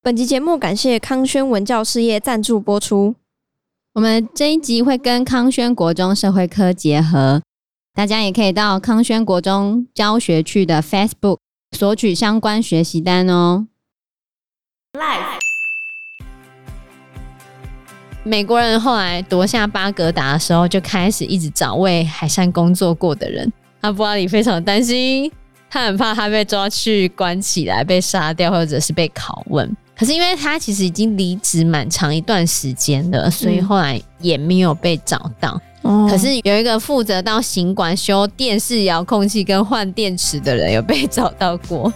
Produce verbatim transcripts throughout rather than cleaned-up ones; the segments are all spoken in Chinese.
本集节目感谢康轩文教事业赞助播出。 我们这一集会跟康轩国中社会科结合，大家也可以到康轩国中教学区的 Facebook 索取相关学习单哦。Live 美国人后来夺下巴格达的时候，就开始一直找为海山工作过的人。阿布阿里非常担心，他很怕他被抓去关起来被杀掉，或者是被拷问。可是因为他其实已经离职蛮长一段时间了，所以后来也没有被找到、嗯、可是有一个负责到行馆修电视遥控器跟换电池的人有被找到过。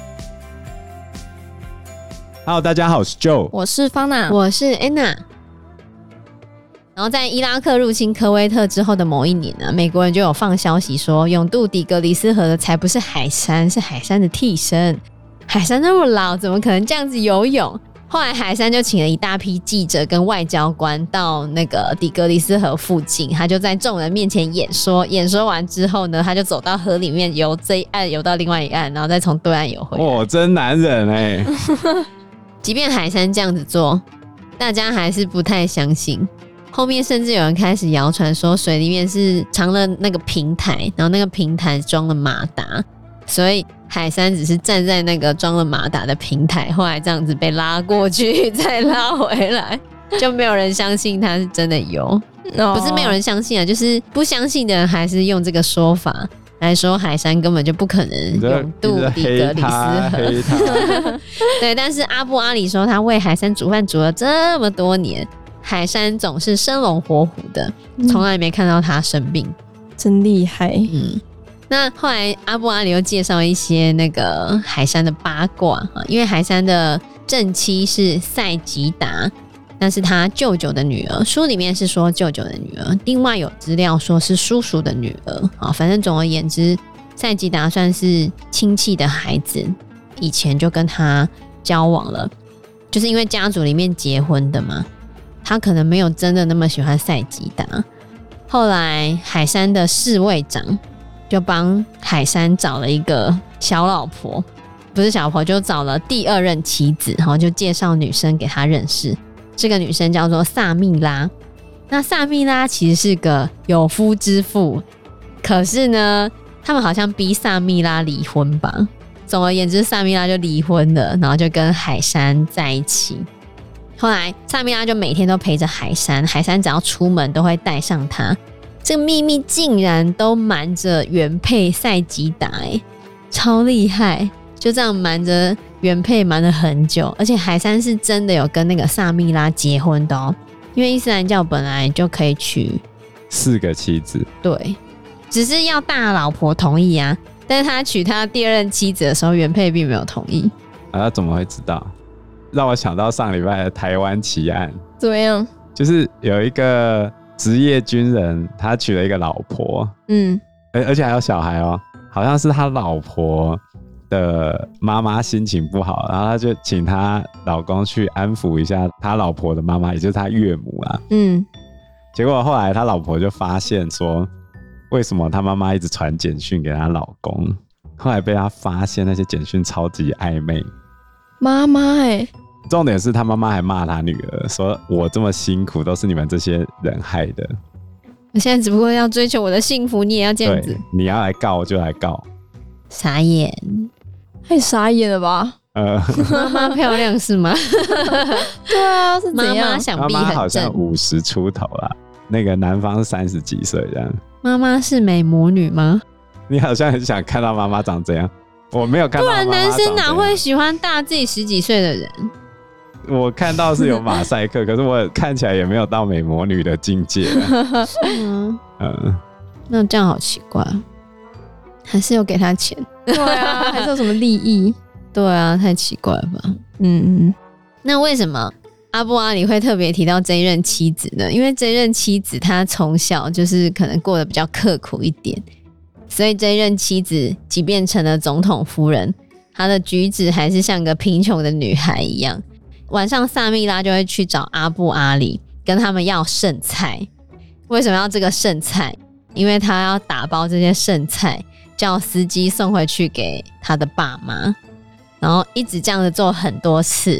Hello， 大家好，我是 Joe， 我是方娜， 我是 Anna。然后在伊拉克入侵科威特之后的某一年呢，美国人就有放消息说，勇渡底格里斯河的才不是海山，是海山的替身。海山那么老，怎么可能这样子游泳？后来海山就请了一大批记者跟外交官到那个底格里斯河附近，他就在众人面前演说。演说完之后呢，他就走到河里面，游这一岸游到另外一岸，然后再从对岸游回来。 哦，真男人哎！ 即便海山这样子做，大家还是不太相信。后面甚至有人开始谣传说，水里面是藏了那个平台，然后那个平台装了马达，所以海山只是站在那个装了马达的平台，后来这样子被拉过去再拉回来，就没有人相信他是真的游、哦、不是没有人相信啊，就是不相信的人还是用这个说法来说海山根本就不可能勇渡底格里斯河。对，但是阿布阿里说他为海山煮饭煮了这么多年，海山总是生龙活虎的，从来没看到他生病、嗯、 真厉害。 嗯，那后来阿布阿里又介绍一些那个海山的八卦，因为海山的正妻是赛吉达，那是他舅舅的女儿，书里面是说舅舅的女儿，另外有资料说是叔叔的女儿。反正总而言之，赛吉达算是亲戚的孩子，以前就跟他交往了，就是因为家族里面结婚的嘛，他可能没有真的那么喜欢赛吉达。后来海山的侍卫长就帮海山找了一个小老婆，不是小老婆，就找了第二任妻子，然后就介绍女生给他认识。这个女生叫做萨蜜拉。那萨蜜拉其实是个有夫之妇，可是呢他们好像逼萨蜜拉离婚吧。总而言之，萨蜜拉就离婚了，然后就跟海山在一起。后来萨蜜拉就每天都陪着海山，海山只要出门都会带上他。这个秘密竟然都瞒着原配赛吉达，欸，超厉害！就这样瞒着原配瞒了很久，而且海山是真的有跟那个萨蜜拉结婚的哦，因为伊斯兰教本来就可以娶四个妻子， 对，只是要大老婆同意啊。但是他娶他第二任妻子的时候，原配并没有同意。 啊，他怎么会知道？让我想到上礼拜的台湾奇案。 怎么样？ 就是有一个职业军人，他娶了一个老婆，嗯，而且还有小孩哦，好像是他老婆的妈妈心情不好，然后他就请他老公去安抚一下他老婆的妈妈，也就是他岳母啊。嗯，结果后来他老婆就发现说，为什么他妈妈一直传简讯给他老公？后来被他发现那些简讯超级暧昧。 妈妈哎， 重点是他妈妈还骂他女儿，说我这么辛苦都是你们这些人害的。 我现在只不过要追求我的幸福，你也要这样子？ 你要来告就来告。 傻眼， 太傻眼了吧？ 呃， 妈妈漂亮是吗？ 对啊，是怎样？ 妈妈想必很正， 妈妈好像五十出头啦，那个男方三十几岁这样。 妈妈是美魔女吗？ 你好像很想看到妈妈长怎样。我没有看到妈妈长怎样。 不然男生哪会喜欢大自己十几岁的人？ 我看到是有马赛克，可是我看起来也没有到美魔女的境界。 是吗？嗯，那这样好奇怪，还是有给他钱？ 对啊，还是有什么利益？ 对啊，太奇怪了吧？嗯嗯。那为什么阿布阿里会特别提到这一任妻子呢？因为这一任妻子她从小就是可能过得比较刻苦一点，所以这一任妻子即便成了总统夫人，她的举止还是像个贫穷的女孩一样。晚上萨蜜拉就会去找阿布阿里，跟他们要剩菜。为什么要这个剩菜？因为他要打包这些剩菜，叫司机送回去给他的爸妈，然后一直这样子做很多次。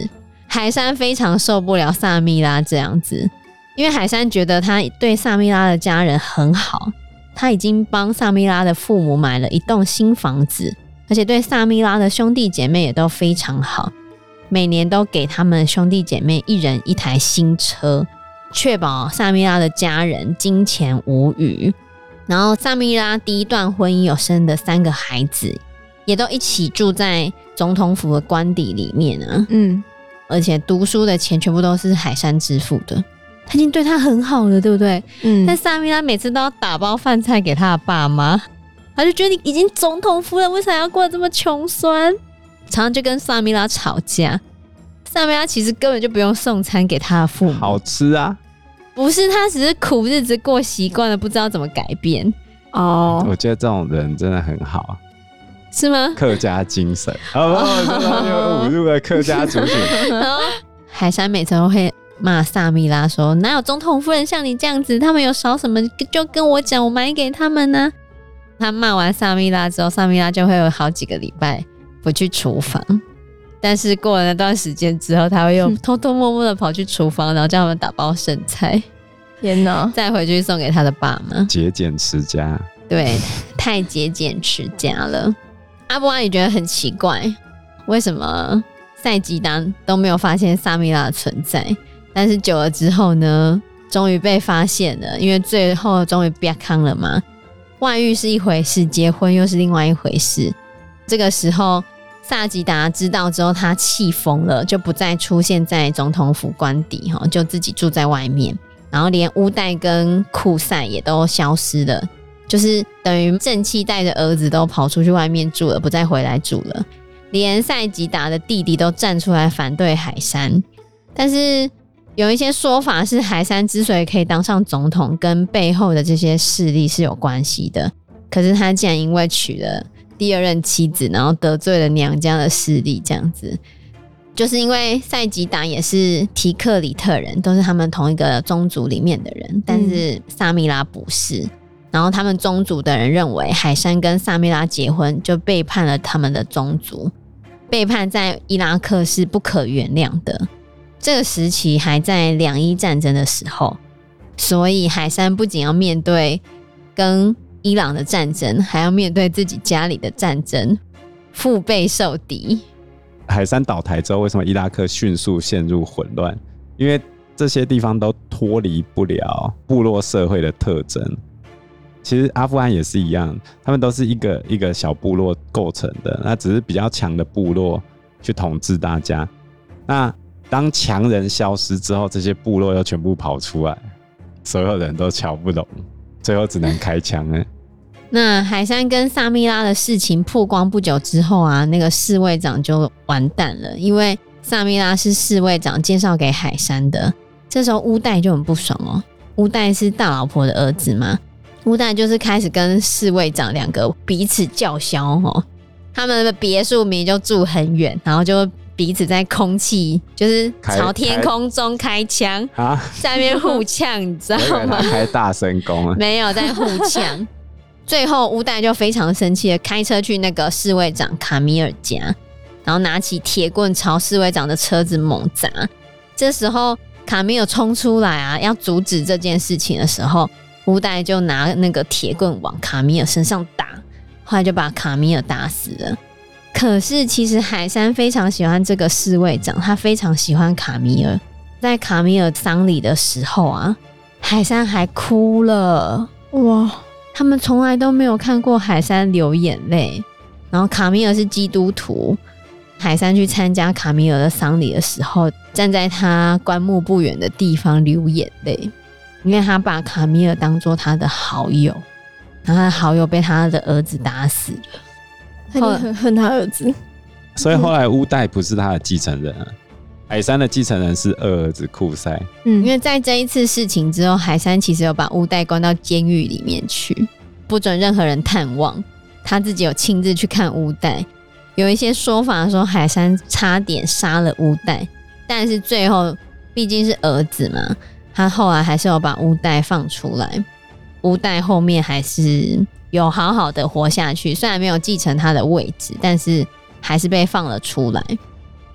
海山非常受不了萨蜜拉这样子，因为海山觉得他对萨蜜拉的家人很好，他已经帮萨蜜拉的父母买了一栋新房子，而且对萨蜜拉的兄弟姐妹也都非常好，每年都给他们兄弟姐妹一人一台新车，确保萨蜜拉的家人金钱无虞。然后萨蜜拉第一段婚姻有生的三个孩子，也都一起住在总统府的官邸里面啊。嗯，而且读书的钱全部都是海山支付的，他已经对他很好了，对不对？嗯。但萨蜜拉每次都要打包饭菜给他的爸妈，他就觉得你已经总统夫人，为啥要过得这么穷酸？常常就跟萨蜜拉吵架。萨蜜拉其实根本就不用送餐给他的父母， 好吃啊。 不是，他只是苦日子过习惯了，不知道怎么改变。哦， 我觉得这种人真的很好， 是吗？ 客家精神，哦，侮辱了客家族群。 然后海山每次都会骂萨蜜拉说：“哪有总统夫人像你这样子？他们有少什么就跟我讲，我买给他们呢、啊。”他骂完萨蜜拉之后，萨蜜拉就会有好几个礼拜不去厨房。但是过了那段时间之后，他会又偷偷摸摸的跑去厨房，然后叫他们打包剩菜， 天哪， 再回去送给他的爸妈。 节俭持家， 对，太节俭持家了。阿布安也觉得很奇怪，为什么赛吉达都没有发现萨蜜拉的存在？但是久了之后呢，终于被发现了，因为最后终于变康了嘛。外遇是一回事，结婚又是另外一回事。这个时候萨吉达知道之后，他气疯了，就不再出现在总统府官邸，就自己住在外面，然后连乌代跟库塞也都消失了，就是等于正气带着儿子都跑出去外面住了，不再回来住了。连赛吉达的弟弟都站出来反对海山，但是有一些说法是海山之所以可以当上总统，跟背后的这些势力是有关系的。可是他竟然因为娶了第二任妻子，然后得罪了娘家的势力，这样子，就是因为赛吉达也是提克里特人，都是他们同一个宗族里面的人，但是萨蜜拉不是。然后他们宗族的人认为海山跟萨蜜拉结婚就背叛了他们的宗族，背叛在伊拉克是不可原谅的。这个时期还在两伊战争的时候，所以海山不仅要面对跟伊朗的战争，还要面对自己家里的战争，腹背受敌。 海山倒台之后，为什么伊拉克迅速陷入混乱？因为这些地方都脱离不了部落社会的特征。其实阿富汗也是一样，他们都是一个一个小部落构成的，那只是比较强的部落去统治大家。那当强人消失之后，这些部落又全部跑出来，所有人都瞧不懂，最后只能开枪了。 那海山跟萨蜜拉的事情曝光不久之后啊，那个侍卫长就完蛋了，因为萨蜜拉是侍卫长介绍给海山的。这时候乌代就很不爽哦，乌代是大老婆的儿子嘛，乌代就是开始跟侍卫长两个彼此叫嚣哦。他们的别墅明明就住很远，然后就彼此在空气就是朝天空中开枪啊，在那边互呛，你知道吗？ 开大声弓啊， 没有在互呛。最后乌代就非常生气的开车去那个侍卫长卡米尔家，然后拿起铁棍朝侍卫长的车子猛砸。这时候卡米尔冲出来啊，要阻止这件事情的时候，乌代就拿那个铁棍往卡米尔身上打，后来就把卡米尔打死了。可是其实海山非常喜欢这个侍卫长，他非常喜欢卡米尔。在卡米尔丧礼的时候啊，海山还哭了，哇！他们从来都没有看过海山流眼泪。然后卡米尔是基督徒，海山去参加卡米尔的丧礼的时候，站在他棺木不远的地方流眼泪，因为他把卡米尔当作他的好友，然后他的好友被他的儿子打死了。 他很恨他儿子， 所以后来乌代不是他的继承人啊，海山的继承人是二儿子库塞。 嗯，因为在这一次事情之后，海山其实有把乌代关到监狱里面去，不准任何人探望。他自己有亲自去看乌代，有一些说法说海山差点杀了乌代，但是最后毕竟是儿子嘛，他后来还是有把乌代放出来。乌代后面还是有好好的活下去，虽然没有继承他的位置，但是还是被放了出来。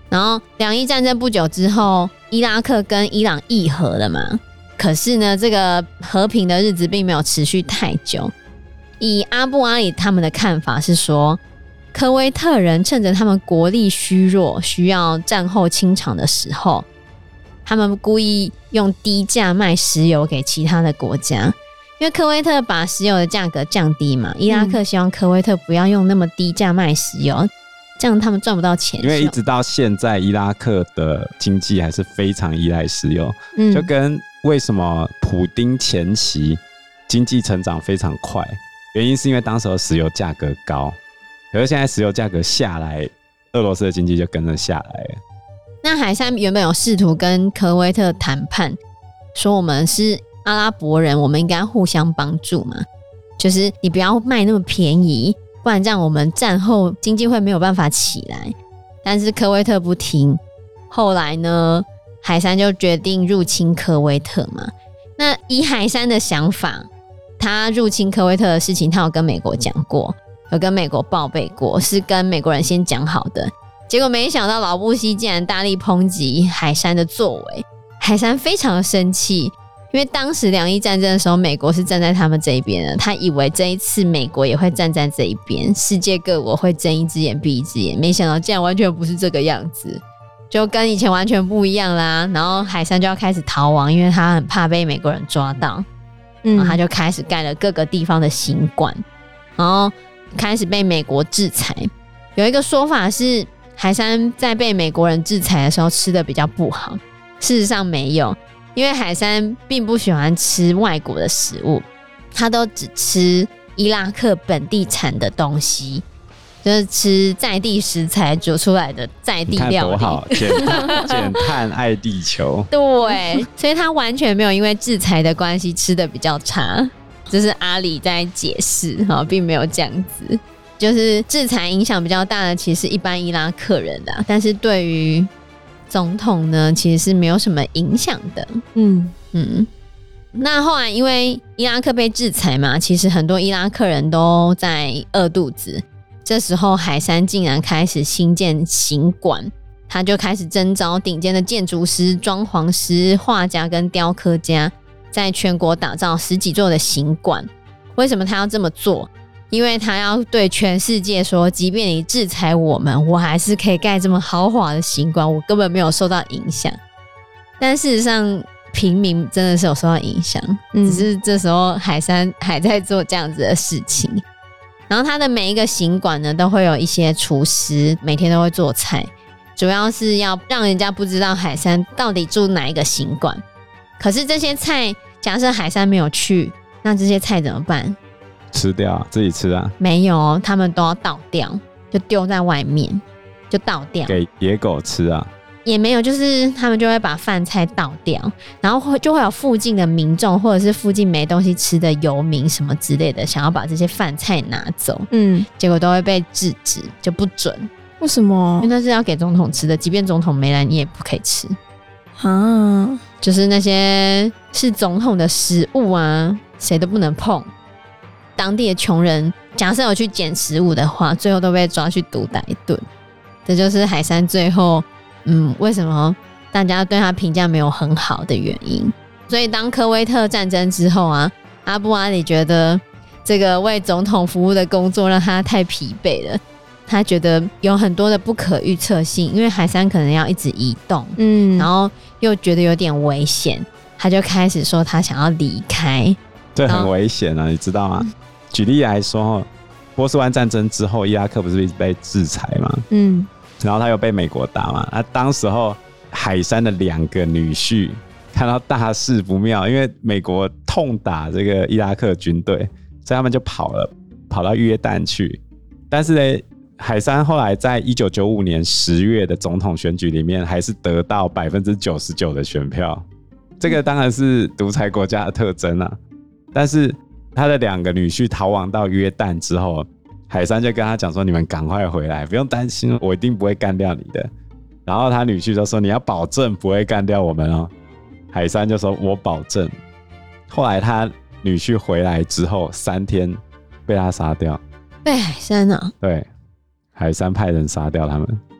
然后两伊战争不久之后，伊拉克跟伊朗议和了嘛，可是呢，这个和平的日子并没有持续太久。以阿布阿里他们的看法是说，科威特人趁着他们国力虚弱，需要战后清场的时候，他们故意用低价卖石油给其他的国家，因为科威特把石油的价格降低嘛，伊拉克希望科威特不要用那么低价卖石油，嗯，这样他们赚不到钱。 因为一直到现在，伊拉克的经济还是非常依赖石油，嗯，就跟为什么普丁前期经济成长非常快，原因是因为当时的石油价格高。可是现在石油价格下来，俄罗斯的经济就跟着下来了。 那海珊原本有试图跟科威特谈判，说我们是阿拉伯人，我们应该互相帮助嘛，就是你不要卖那么便宜，不然这样我们战后经济会没有办法起来。但是科威特不听，后来呢，海珊就决定入侵科威特嘛。那以海珊的想法，他入侵科威特的事情，他有跟美国讲过。有跟美国报备过，是跟美国人先讲好的，结果没想到老布希竟然大力抨击海珊的作为，海珊非常的生气，因为当时两伊战争的时候，美国是站在他们这一边的，他以为这一次美国也会站在这一边，世界各国会睁一只眼闭一只眼，没想到竟然完全不是这个样子，就跟以前完全不一样啦。然后海珊就要开始逃亡，因为他很怕被美国人抓到，然后他就开始盖了各个地方的行馆，然后开始被美国制裁。有一个说法是海珊在被美国人制裁的时候吃的比较不好，事实上没有，因为海珊并不喜欢吃外国的食物，他都只吃伊拉克本地产的东西，就是吃在地食材煮出来的在地料理。 你看多好，减碳减碳爱地球。 对，所以他完全没有因为制裁的关系吃的比较差，这是阿里在解释，并没有这样子。就是制裁影响比较大的其实是一般伊拉克人的，但是对于总统呢其实是没有什么影响的。嗯嗯。那后来因为伊拉克被制裁嘛，其实很多伊拉克人都在饿肚子，这时候海珊竟然开始新建行馆，他就开始征召顶尖的建筑师、装潢师、画家跟雕刻家，在全国打造十几座的行馆。为什么他要这么做？因为他要对全世界说，即便你制裁我们，我还是可以盖这么豪华的行馆，我根本没有受到影响。但事实上平民真的是有受到影响，嗯，只是这时候海珊还在做这样子的事情。然后他的每一个行馆呢，都会有一些厨师，每天都会做菜，主要是要让人家不知道海珊到底住哪一个行馆。可是这些菜，假设海珊没有去，那这些菜怎么办？ 吃掉，自己吃啊？没有，他们都要倒掉，就丢在外面，就倒掉， 给野狗吃啊？ 也没有，就是他们就会把饭菜倒掉，然后会就会有附近的民众或者是附近没东西吃的游民什么之类的，想要把这些饭菜拿走，嗯，结果都会被制止，就不准。 为什么？ 因为那是要给总统吃的，即便总统没来，你也不可以吃啊。就是那些是总统的食物啊，谁都不能碰。当地的穷人假设有去捡食物的话，最后都被抓去毒打一顿。这就是海珊最后嗯，为什么大家对他评价没有很好的原因。所以当科威特战争之后啊，阿布阿里觉得这个为总统服务的工作让他太疲惫了，他觉得有很多的不可预测性，因为海珊可能要一直移动，嗯，然后又觉得有点危险，他就开始说他想要离开。 这很危险啊，你知道吗？嗯，举例来说，波斯湾战争之后，伊拉克不是一直被制裁吗？嗯，然后他又被美国打嘛。那当时候海珊的两个女婿看到大事不妙，因为美国痛打这个伊拉克军队，所以他们就跑了，跑到约旦去。但是呢，海珊后来在一九九五年十月的总统选举里面，还是得到百分之九十九的选票。这个当然是独裁国家的特征啊。但是他的两个女婿逃亡到约旦之后，海珊就跟他讲说：“你们赶快回来，不用担心，我一定不会干掉你的。”然后他女婿就说：“你要保证不会干掉我们哦。”海珊就说：“我保证。”后来他女婿回来之后，三天被他杀掉。 被海珊啊？ 对，海珊派人杀掉他们。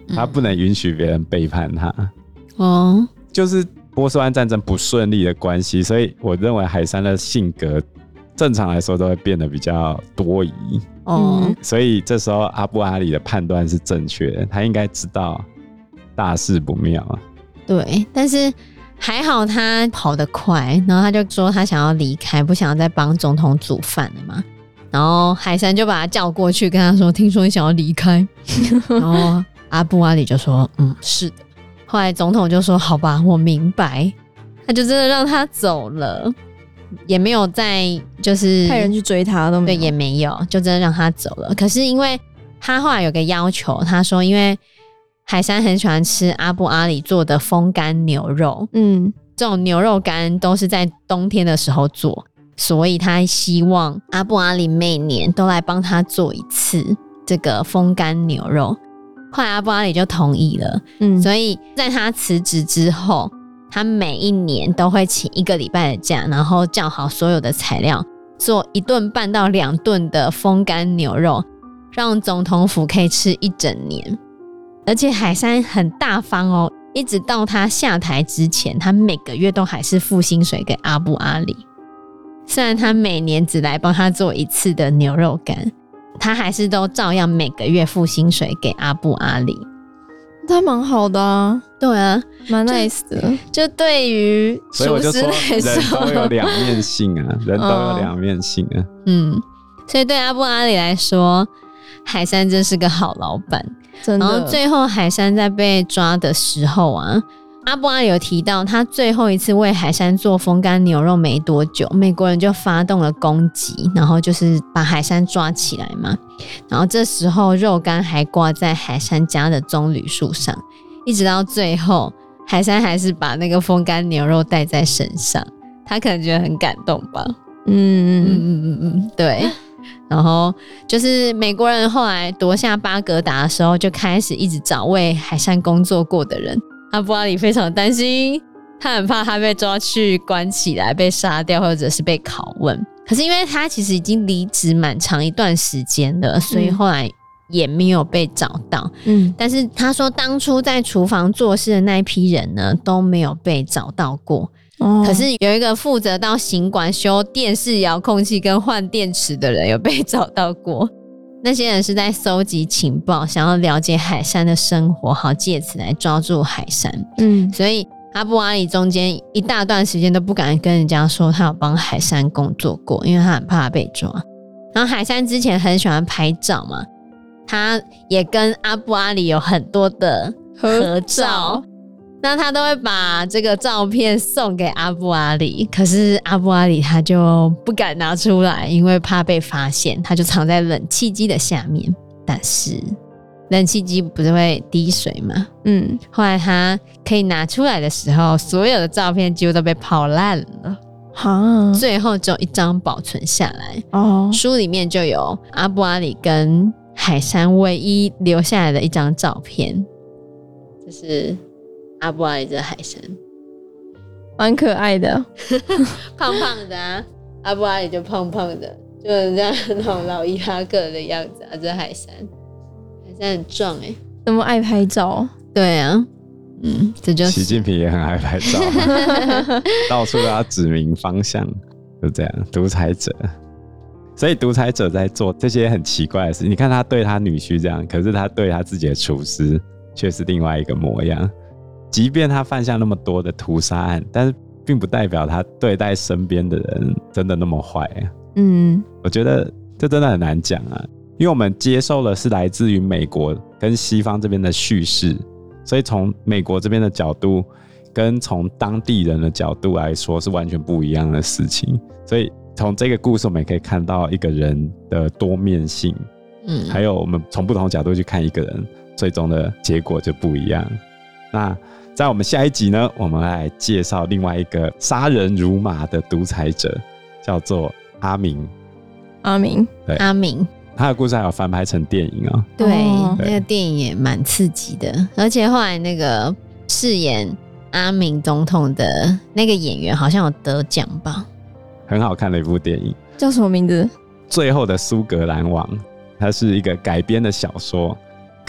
他不能允许别人背叛他。 哦， 就是波斯湾战争不顺利的关系，所以我认为海珊的性格正常来说都会变得比较多疑。 哦、嗯， 所以这时候阿布阿里的判断是正确的，他应该知道大事不妙啊。 对，但是还好他跑得快，然后他就说他想要离开，不想要再帮总统煮饭了嘛。然后海珊就把他叫过去，跟他说：“听说你想要离开。”然后阿布阿里就说：“嗯，是的。”后来总统就说：“好吧，我明白。”他就真的让他走了，也没有再就是派人去追他都没有， 对，也没有，就真的让他走了。可是因为他后来有个要求，他说因为海珊很喜欢吃阿布阿里做的风干牛肉，嗯，这种牛肉干都是在冬天的时候做，所以他希望阿布阿里每年都来帮他做一次这个风干牛肉。后来阿布阿里就同意了，嗯，所以在他辞职之后，他每一年都会请一个礼拜的假，然后叫好所有的材料，做一顿半到两顿的风干牛肉，让总统府可以吃一整年。而且海珊很大方哦，一直到他下台之前，他每个月都还是付薪水给阿布阿里。虽然他每年只来帮他做一次的牛肉干，他还是都照样每个月付薪水给阿布阿里。 他蛮好的啊， 对啊， 蛮 nice 的。 就, 就对于厨师来说， 人都有两面性啊，人都有两面性啊。 嗯，所以对阿布阿里来说，海珊真是个好老板。 真的。 然后最后海珊在被抓的时候啊，阿布阿里有提到他最后一次为海珊做风干牛肉没多久，美国人就发动了攻击，然后就是把海珊抓起来嘛。然后这时候肉干还挂在海珊家的棕榈树上，一直到最后海珊还是把那个风干牛肉带在身上，他可能觉得很感动吧。嗯嗯嗯嗯嗯，对。然后就是美国人后来夺下巴格达的时候，就开始一直找为海珊工作过的人。阿布阿里非常担心，他很怕他被抓去关起来被杀掉，或者是被拷问。可是因为他其实已经离职蛮长一段时间了，所以后来也没有被找到。嗯，但是他说当初在厨房做事的那一批人呢，都没有被找到过。哦、可是有一个负责到行馆修电视遥控器跟换电池的人有被找到过。那些人是在搜集情报，想要了解海珊的生活，好借此来抓住海珊。嗯，所以阿布阿里中间一大段时间都不敢跟人家说他有帮海珊工作过，因为他很怕被抓。然后海珊之前很喜欢拍照嘛，他也跟阿布阿里有很多的合照，那他都会把这个照片送给阿布阿里，可是阿布阿里他就不敢拿出来，因为怕被发现，他就藏在冷气机的下面。但是冷气机不是会滴水吗？嗯，后来他可以拿出来的时候，所有的照片几乎都被泡烂了，哈，最后只有一张保存下来。哦，书里面就有阿布阿里跟海珊唯一留下来的一张照片，这是阿布阿里的海珊， 蛮可爱的， 胖胖的啊，阿布阿里就胖胖的，就是这样那种老伊拉克的样子啊。这海珊，海珊很壮哎、欸， 那么爱拍照。 对啊，嗯，这就是习近平也很爱拍照，到处都要指明方向，就这样，独裁者。所以独裁者在做这些很奇怪的事，你看他对他女婿这样，可是他对他自己的厨师却是另外一个模样。即便他犯下那么多的屠杀案，但是并不代表他对待身边的人真的那么坏、啊。嗯，我觉得这真的很难讲啊，因为我们接受的是来自于美国跟西方这边的叙事，所以从美国这边的角度跟从当地人的角度来说是完全不一样的事情。所以从这个故事我们也可以看到一个人的多面性，嗯，还有我们从不同角度去看一个人，最终的结果就不一样。那在我们下一集呢，我们来介绍另外一个杀人如麻的独裁者，叫做阿明。 阿明， 对， 阿明， 他的故事还有翻拍成电影哦。 对，哦、那个电影也蛮刺激的，而且后来那个饰演阿明总统的那个演员好像有得奖吧？ 很好看的一部电影， 叫什么名字？ 最后的苏格兰王，它是一个改编的小说。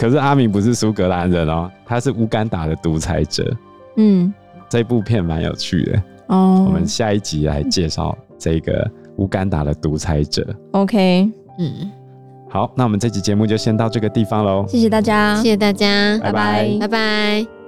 可是阿明不是苏格兰人哦，他是乌干达的独裁者。 嗯， 这部片蛮有趣的哦。 我们下一集来介绍这个乌干达的独裁者。 OK， 嗯， 好，那我们这集节目就先到这个地方咯。 谢谢大家， 谢谢大家， 拜拜， 拜拜。